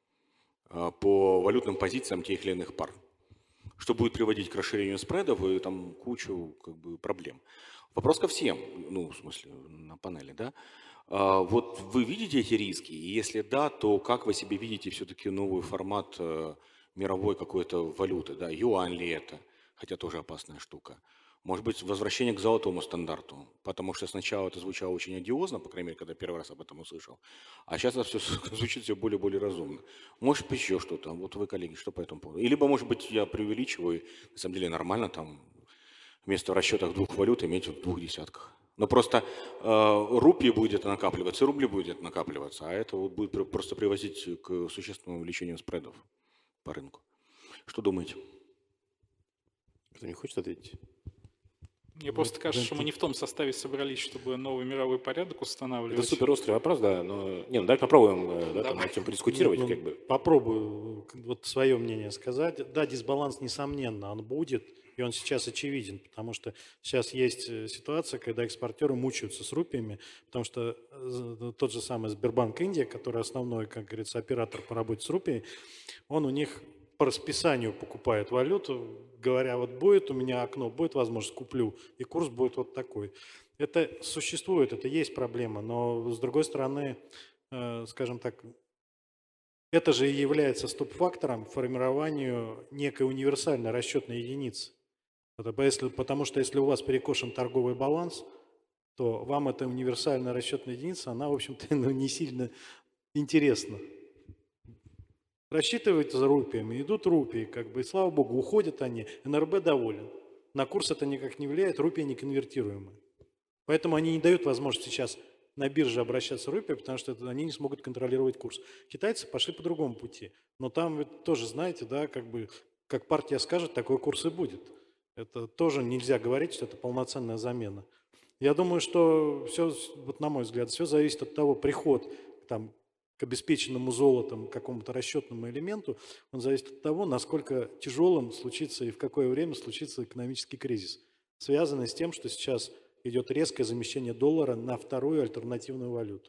по валютным позициям тех или иных пар, что будет приводить к расширению спредов и там кучу как бы проблем. Вопрос ко всем, ну, в смысле, на панели, да. Вот вы видите эти риски? И если да, то как вы себе видите все-таки новый формат мировой какой-то валюты, да, юань ли это, хотя тоже опасная штука. Может быть, возвращение к золотому стандарту, потому что сначала это звучало очень одиозно, по крайней мере, когда первый раз об этом услышал, а сейчас это все звучит все более и более разумно. Может быть, еще что-то. Вот вы, коллеги, что по этому поводу? И либо, может быть, я преувеличиваю, на самом деле нормально там вместо расчетов 2 валют иметь в 2 десятках. Но просто рупии будет накапливаться, рубли будет накапливаться, а это вот будет просто приводить к существенному увеличению спредов по рынку. Что думаете? Кто не хочет ответить? Мне просто кажется, что мы не в том составе собрались, чтобы новый мировой порядок устанавливать. Это супер острый вопрос, да, но не, ну давайте попробуем да, там, над этим подискутировать, Ну, как бы. Попробую вот свое мнение сказать. Да, дисбаланс, несомненно, он будет, и он сейчас очевиден, потому что сейчас есть ситуация, когда экспортеры мучаются с рупиями, потому что тот же самый Сбербанк Индия, который основной, как говорится, оператор по работе с рупией, он у них по расписанию покупает валюту, говоря, вот будет у меня окно, будет возможность, куплю, и курс будет вот такой. Это существует, это есть проблема, но с другой стороны, скажем так, это же и является стоп-фактором формированию некой универсальной расчетной единицы. Потому что если у вас перекошен торговый баланс, то вам эта универсальная расчетная единица, она, в общем-то, не сильно интересна. Рассчитывают за рупиями, идут рупии, как бы, и слава богу, уходят они, НРБ доволен. На курс это никак не влияет, рупия не конвертируемая. Поэтому они не дают возможности сейчас на бирже обращаться рупия, потому что они не смогут контролировать курс. Китайцы пошли по другому пути. Но там вы тоже знаете, да, как бы, как партия скажет, такой курс и будет. Это тоже нельзя говорить, что это полноценная замена. Я думаю, что все, вот на мой взгляд, все зависит от того, приход там, к обеспеченному золотом какому-то расчетному элементу, он зависит от того, насколько тяжелым случится и в какое время случится экономический кризис, связанный с тем, что сейчас идет резкое замещение доллара на вторую альтернативную валюту.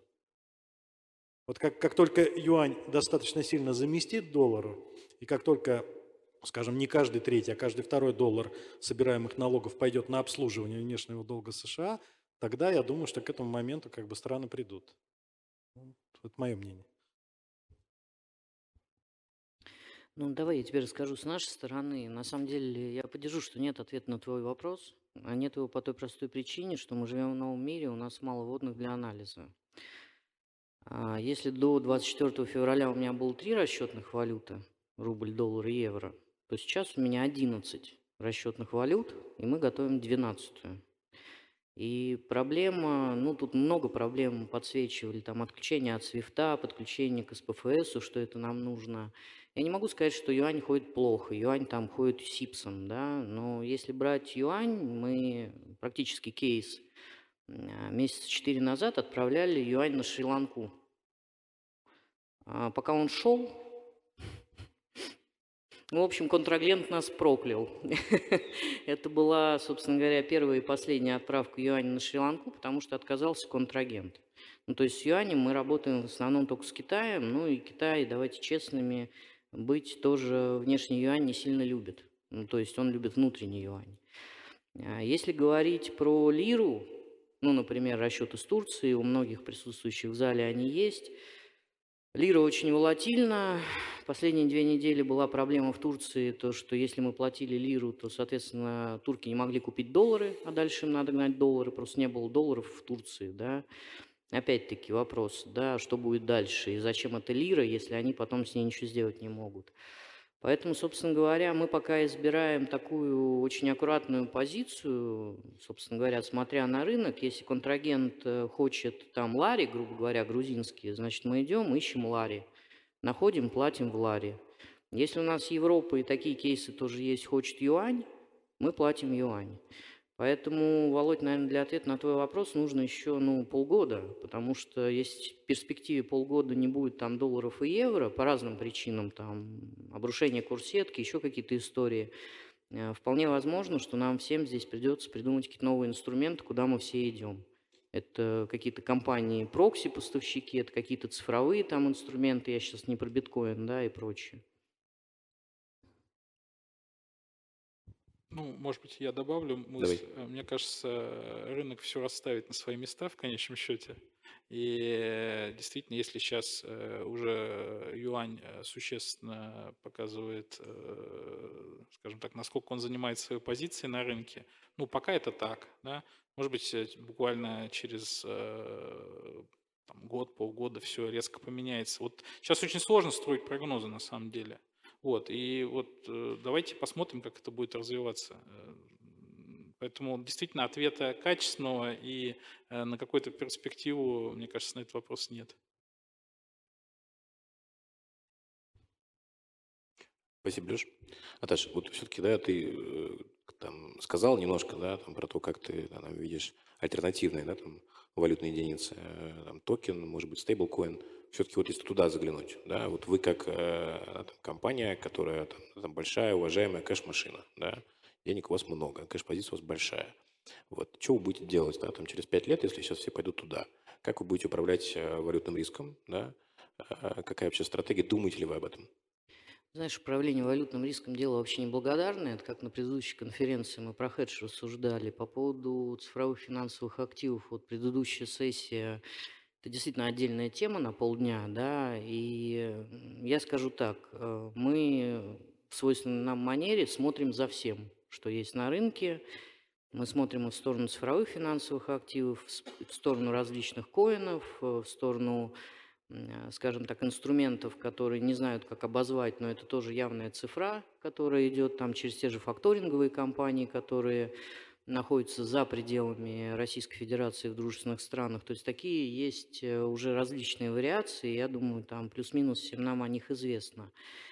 Вот как только юань достаточно сильно заместит доллару, и как только, скажем, не каждый третий, а каждый второй доллар собираемых налогов пойдет на обслуживание внешнего долга США, тогда я думаю, что к этому моменту как бы страны придут. Это мое мнение. Ну, давай я тебе расскажу с нашей стороны. На самом деле, я поддержу, что нет ответа на твой вопрос. А нет его по той простой причине, что мы живем в новом мире, у нас мало вводных для анализа. Если до 24 февраля у меня было 3 расчетных валюты, рубль, доллар и евро, то сейчас у меня 11 расчетных валют, и мы готовим 12-ю. И проблема, ну тут много проблем подсвечивали, там отключение от свифта, подключение к СПФСу, что это нам нужно. Я не могу сказать, что юань ходит плохо, юань там ходит сипсом, да, но если брать юань, мы практически кейс месяца 4 назад отправляли юань на Шри-Ланку. Пока он шел, Ну, в общем, контрагент нас проклял. Это была, собственно говоря, первая и последняя отправка юаня на Шри-Ланку, потому что отказался контрагент. Ну, то есть с юанем мы работаем в основном только с Китаем, ну и Китай, давайте честными быть, тоже внешний юань не сильно любит. Ну, то есть он любит внутренний юань. Если говорить про лиру, ну, например, расчеты с Турции, у многих присутствующих в зале они есть. Лира очень волатильна. Последние 2 недели была проблема в Турции, то, что если мы платили лиру, то, соответственно, турки не могли купить доллары, а дальше им надо гнать доллары, просто не было долларов в Турции, да. Опять-таки вопрос, да, что будет дальше и зачем эта лира, если они потом с ней ничего сделать не могут. Поэтому, собственно говоря, мы пока избираем такую очень аккуратную позицию, собственно говоря, смотря на рынок. Если контрагент хочет там лари, грубо говоря, грузинские, значит, мы идем, ищем лари, находим, платим в лари. Если у нас Европа и такие кейсы тоже есть, хочет юань, мы платим юань. Поэтому, Володь, наверное, для ответа на твой вопрос нужно еще полгода, потому что если в перспективе полгода не будет там долларов и евро по разным причинам, там обрушение курсетки, еще какие-то истории, вполне возможно, что нам всем здесь придется придумать какие-то новые инструменты, куда мы все идем. Это какие-то компании прокси-поставщики, это какие-то цифровые там инструменты, я сейчас не про биткоин, да, и прочее. Ну, может быть, я добавлю Давай. мысль. Мне кажется, рынок все расставит на свои места в конечном счете. И действительно, если сейчас уже юань существенно показывает, скажем так, насколько он занимает свои позиции на рынке, ну, пока это так, да, может быть, буквально через там, год, полгода все резко поменяется. Вот сейчас очень сложно строить прогнозы на самом деле. Вот, и вот давайте посмотрим, как это будет развиваться. Поэтому действительно ответа качественного и на какую-то перспективу, мне кажется, на этот вопрос нет. Спасибо, Леш. Наташа, вот все-таки, да, ты там сказал немножко, да, там про то, как ты там, видишь альтернативные, да, там валютные единицы, там токен, может быть, стейблкоин. Все-таки вот если туда заглянуть, да, вот вы как там, компания, которая там большая, уважаемая кэш-машина, да, денег у вас много, кэш-позиция у вас большая. Вот, что вы будете делать, да, там через 5 лет, если сейчас все пойдут туда? Как вы будете управлять валютным риском, да? Какая вообще стратегия? Думаете ли вы об этом? Знаешь, управление валютным риском дело вообще неблагодарное. Это как на предыдущей конференции мы про хедж рассуждали. По поводу цифровых финансовых активов, вот предыдущая сессия, это действительно отдельная тема на полдня, да, и я скажу так, мы в свойственной нам манере смотрим за всем, что есть на рынке. Мы смотрим и в сторону цифровых финансовых активов, в сторону различных коинов, в сторону скажем так, инструментов, которые не знают, как обозвать, но это тоже явная цифра, которая идет там через те же факторинговые компании, которые находятся за пределами Российской Федерации в дружественных странах. То есть такие есть уже различные вариации, я думаю, там плюс-минус всем нам о них известно.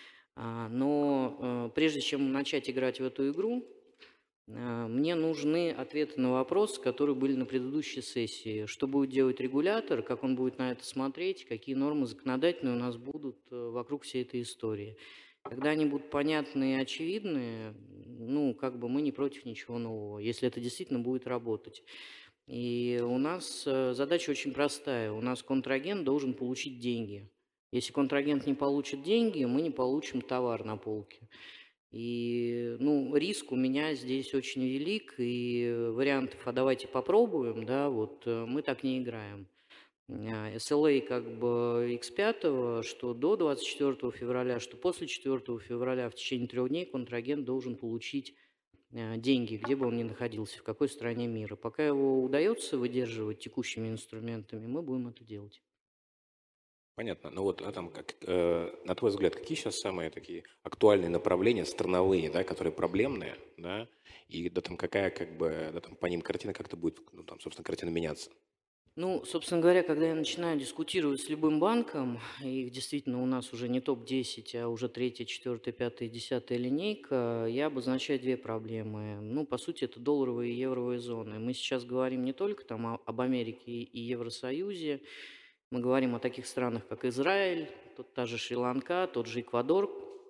Но прежде чем начать играть в эту игру, мне нужны ответы на вопросы, которые были на предыдущей сессии. Что будет делать регулятор, как он будет на это смотреть, какие нормы законодательные у нас будут вокруг всей этой истории. Когда они будут понятны и очевидны, ну, как бы мы не против ничего нового, если это действительно будет работать. И у нас задача очень простая. У нас контрагент должен получить деньги. Если контрагент не получит деньги, мы не получим товар на полке. И, ну, риск у меня здесь очень велик, и вариантов, а давайте попробуем, да, вот мы так не играем. SLA как бы X5, что до 24 февраля, что после 4 февраля в течение 3 дней контрагент должен получить деньги, где бы он ни находился, в какой стране мира. Пока его удается выдерживать текущими инструментами, мы будем это делать. Понятно. Ну вот, там, как, на твой взгляд, какие сейчас самые такие актуальные направления страновые, да, которые проблемные, да, и да, там какая, как бы, да, там по ним картина как-то будет, ну, там, собственно, картина меняться? Ну, собственно говоря, когда я начинаю дискутировать с любым банком, и их действительно у нас уже не топ-10, а уже 3, 4, 5, 10 линейка, я обозначаю 2 проблемы. Ну, по сути, это долларовые и евровые зоны. Мы сейчас говорим не только там об Америке и Евросоюзе, мы говорим о таких странах, как Израиль, та же Шри-Ланка, тот же Эквадор,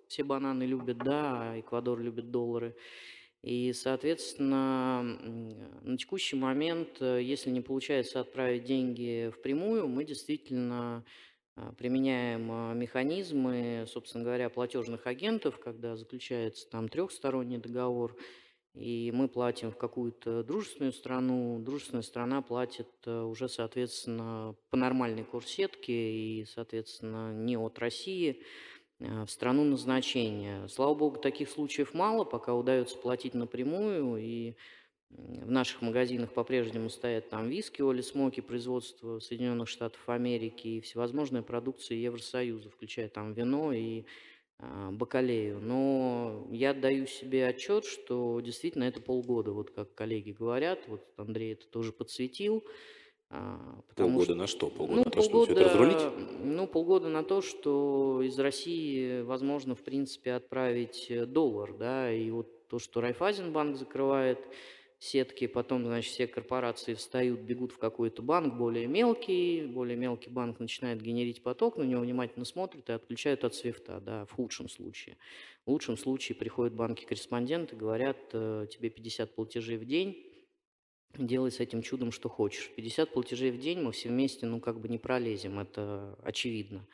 все бананы любят, да, а Эквадор любит доллары. И, соответственно, на текущий момент, если не получается отправить деньги впрямую, мы действительно применяем механизмы, собственно говоря, платежных агентов, когда заключается там трехсторонний договор, и мы платим в какую-то дружественную страну, дружественная страна платит уже, соответственно, по нормальной курсетке и, соответственно, не от России в страну назначения. Слава богу, таких случаев мало, пока удается платить напрямую, и в наших магазинах по-прежнему стоят там виски, Оли Смоки, производства Соединенных Штатов Америки и всевозможная продукция Евросоюза, включая там вино и бакалею. Но я отдаю себе отчет, что действительно это полгода, вот как коллеги говорят, вот Андрей это тоже подсветил. Потому Полгода что, на что? Полгода ну, на то, чтобы все это разрулить? полгода на то, что из России возможно, в принципе, отправить доллар, да, и вот то, что Райффайзенбанк закрывает сетки, потом, значит, все корпорации встают, бегут в какой-то банк более мелкий банк начинает генерить поток, на него внимательно смотрят и отключают от свифта, да, в худшем случае. В лучшем случае приходят банки-корреспонденты, говорят, тебе 50 платежей в день, делай с этим чудом, что хочешь. 50 платежей в день мы все вместе, ну, как бы не пролезем, это очевидно.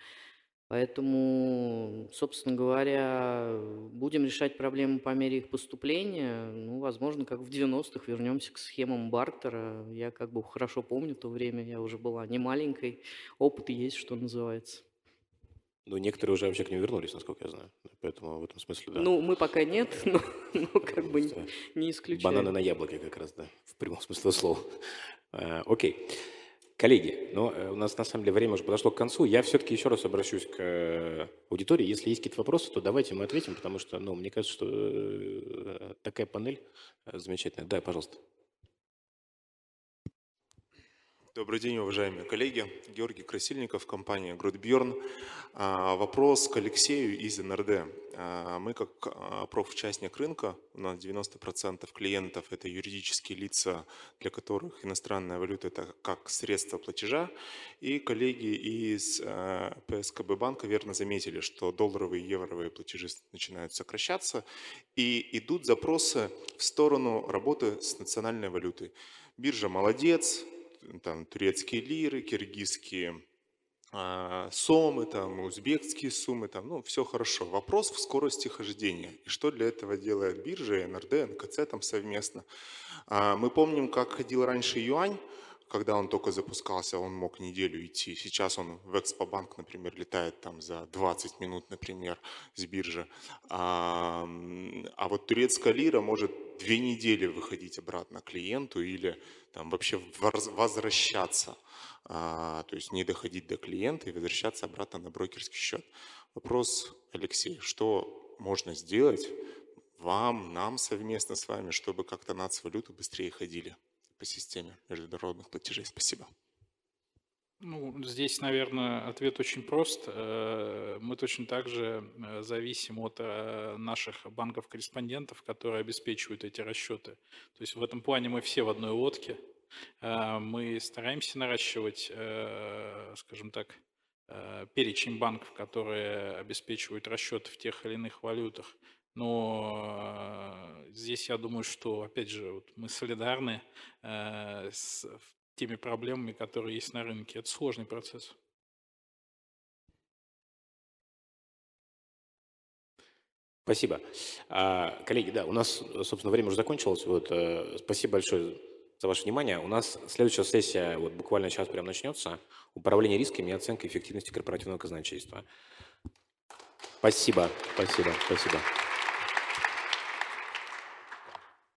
Поэтому, собственно говоря, будем решать проблемы по мере их поступления. Ну, возможно, как в 90-х вернемся к схемам бартера. Я как бы хорошо помню то время, я уже была не маленькой. Опыт есть, что называется. Ну, некоторые уже вообще к ним вернулись, насколько я знаю. Поэтому в этом смысле, да. Ну, мы пока нет, но как бы не исключаем. Бананы на яблоке как раз, да, в прямом смысле слова. Окей. Коллеги, но у нас на самом деле время уже подошло к концу. Я все-таки еще раз обращусь к аудитории. Если есть какие-то вопросы, то давайте мы ответим, потому что, ну, мне кажется, что такая панель замечательная. Да, пожалуйста. Добрый день, уважаемые коллеги. Георгий Красильников, компания Гродбьерн. Вопрос к Алексею из НРД. Мы как профучастник рынка, у нас 90% клиентов – это юридические лица, для которых иностранная валюта – это как средство платежа. И коллеги из ПСКБ банка верно заметили, что долларовые и евровые платежи начинают сокращаться, и идут запросы в сторону работы с национальной валютой. Биржа молодец. Там турецкие лиры, киргизские сомы, там, узбекские суммы, там, ну, все хорошо. Вопрос в скорости хождения. И что для этого делает биржа, НРД, НКЦ там совместно. Мы помним, как ходил раньше юань, когда он только запускался, он мог неделю идти. Сейчас он в Экспобанк, например, летает там за 20 минут, например, с биржи. А вот турецкая лира может 2 недели выходить обратно клиенту или там вообще возвращаться. То есть не доходить до клиента и возвращаться обратно на брокерский счет. Вопрос, Алексей, что можно сделать вам, нам совместно с вами, чтобы как-то нацвалюты быстрее ходили по системе международных платежей? Спасибо. Ну, здесь, наверное, ответ очень прост. Мы точно так же зависим от наших банков-корреспондентов, которые обеспечивают эти расчеты. То есть в этом плане мы все в одной лодке. Мы стараемся наращивать, скажем так, перечень банков, которые обеспечивают расчеты в тех или иных валютах. Но здесь я думаю, что, опять же, вот мы солидарны с теми проблемами, которые есть на рынке. Это сложный процесс. Спасибо. Коллеги, да, у нас, собственно, время уже закончилось. Вот, спасибо большое за ваше внимание. У нас следующая сессия вот буквально сейчас прям начнется. Управление рисками и оценка эффективности корпоративного казначейства. Спасибо, спасибо, спасибо.